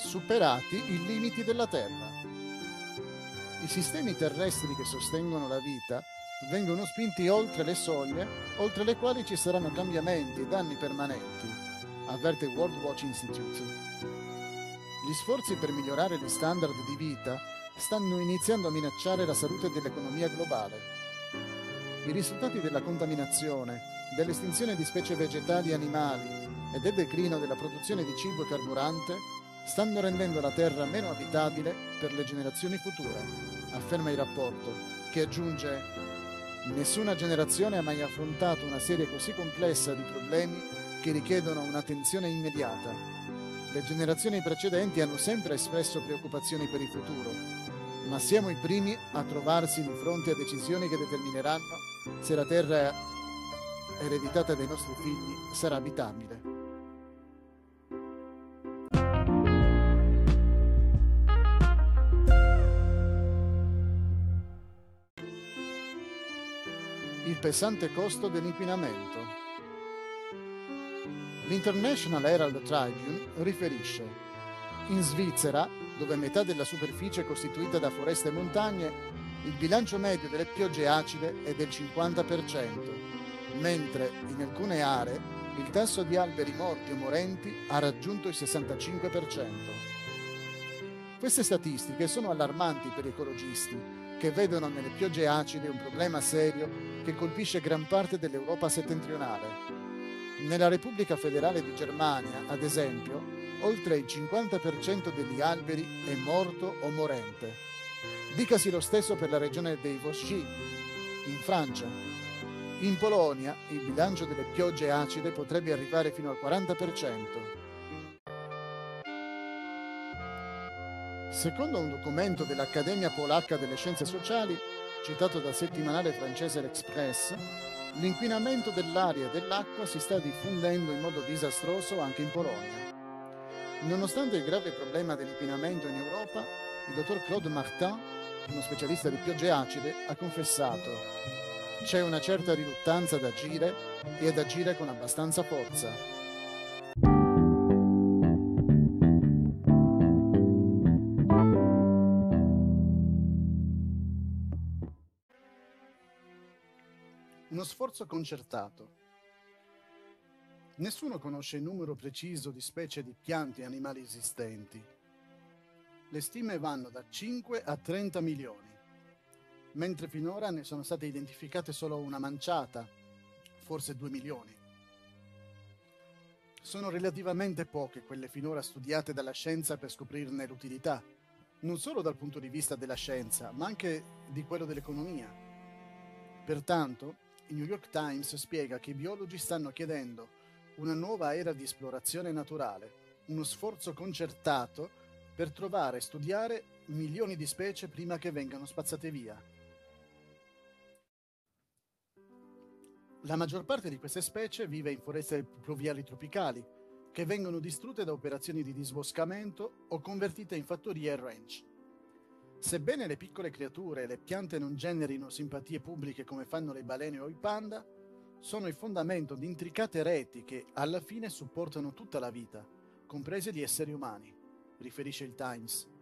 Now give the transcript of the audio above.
superati i limiti della Terra. I sistemi terrestri che sostengono la vita vengono spinti oltre le soglie, oltre le quali ci saranno cambiamenti e danni permanenti, avverte il World Watch Institute. Gli sforzi per migliorare gli standard di vita stanno iniziando a minacciare la salute dell'economia globale. I risultati della contaminazione, dell'estinzione di specie vegetali e animali e del declino della produzione di cibo e carburante stanno rendendo la Terra meno abitabile per le generazioni future, afferma il rapporto, che aggiunge: nessuna generazione ha mai affrontato una serie così complessa di problemi che richiedono un'attenzione immediata. Le generazioni precedenti hanno sempre espresso preoccupazioni per il futuro, ma siamo i primi a trovarsi di fronte a decisioni che determineranno se la Terra ereditata dai nostri figli sarà abitabile. Il pesante costo dell'inquinamento. L'International Herald Tribune riferisce: in Svizzera, dove metà della superficie è costituita da foreste e montagne, il bilancio medio delle piogge acide è del 50%, mentre in alcune aree il tasso di alberi morti o morenti ha raggiunto il 65%. Queste statistiche sono allarmanti per gli ecologisti, che vedono nelle piogge acide un problema serio che colpisce gran parte dell'Europa settentrionale. Nella Repubblica Federale di Germania, ad esempio, oltre il 50% degli alberi è morto o morente. Dicasi lo stesso per la regione dei Vosgi, in Francia. In Polonia, il bilancio delle piogge acide potrebbe arrivare fino al 40%. Secondo un documento dell'Accademia Polacca delle Scienze Sociali, citato dal settimanale francese L'Express, l'inquinamento dell'aria e dell'acqua si sta diffondendo in modo disastroso anche in Polonia. Nonostante il grave problema dell'inquinamento in Europa, il dottor Claude Martin, uno specialista di piogge acide, ha confessato: c'è una certa riluttanza ad agire e ad agire con abbastanza forza. Uno sforzo concertato. Nessuno conosce il numero preciso di specie di piante e animali esistenti. Le stime vanno da 5 a 30 milioni, mentre finora ne sono state identificate solo una manciata, forse 2 milioni. Sono relativamente poche quelle finora studiate dalla scienza per scoprirne l'utilità, non solo dal punto di vista della scienza, ma anche di quello dell'economia. Pertanto, il New York Times spiega che i biologi stanno chiedendo una nuova era di esplorazione naturale, uno sforzo concertato per trovare e studiare milioni di specie prima che vengano spazzate via. La maggior parte di queste specie vive in foreste pluviali tropicali, che vengono distrutte da operazioni di disboscamento o convertite in fattorie e ranch. Sebbene le piccole creature e le piante non generino simpatie pubbliche come fanno le balene o i panda, sono il fondamento di intricate reti che, alla fine, supportano tutta la vita, compresi gli esseri umani, riferisce il Times.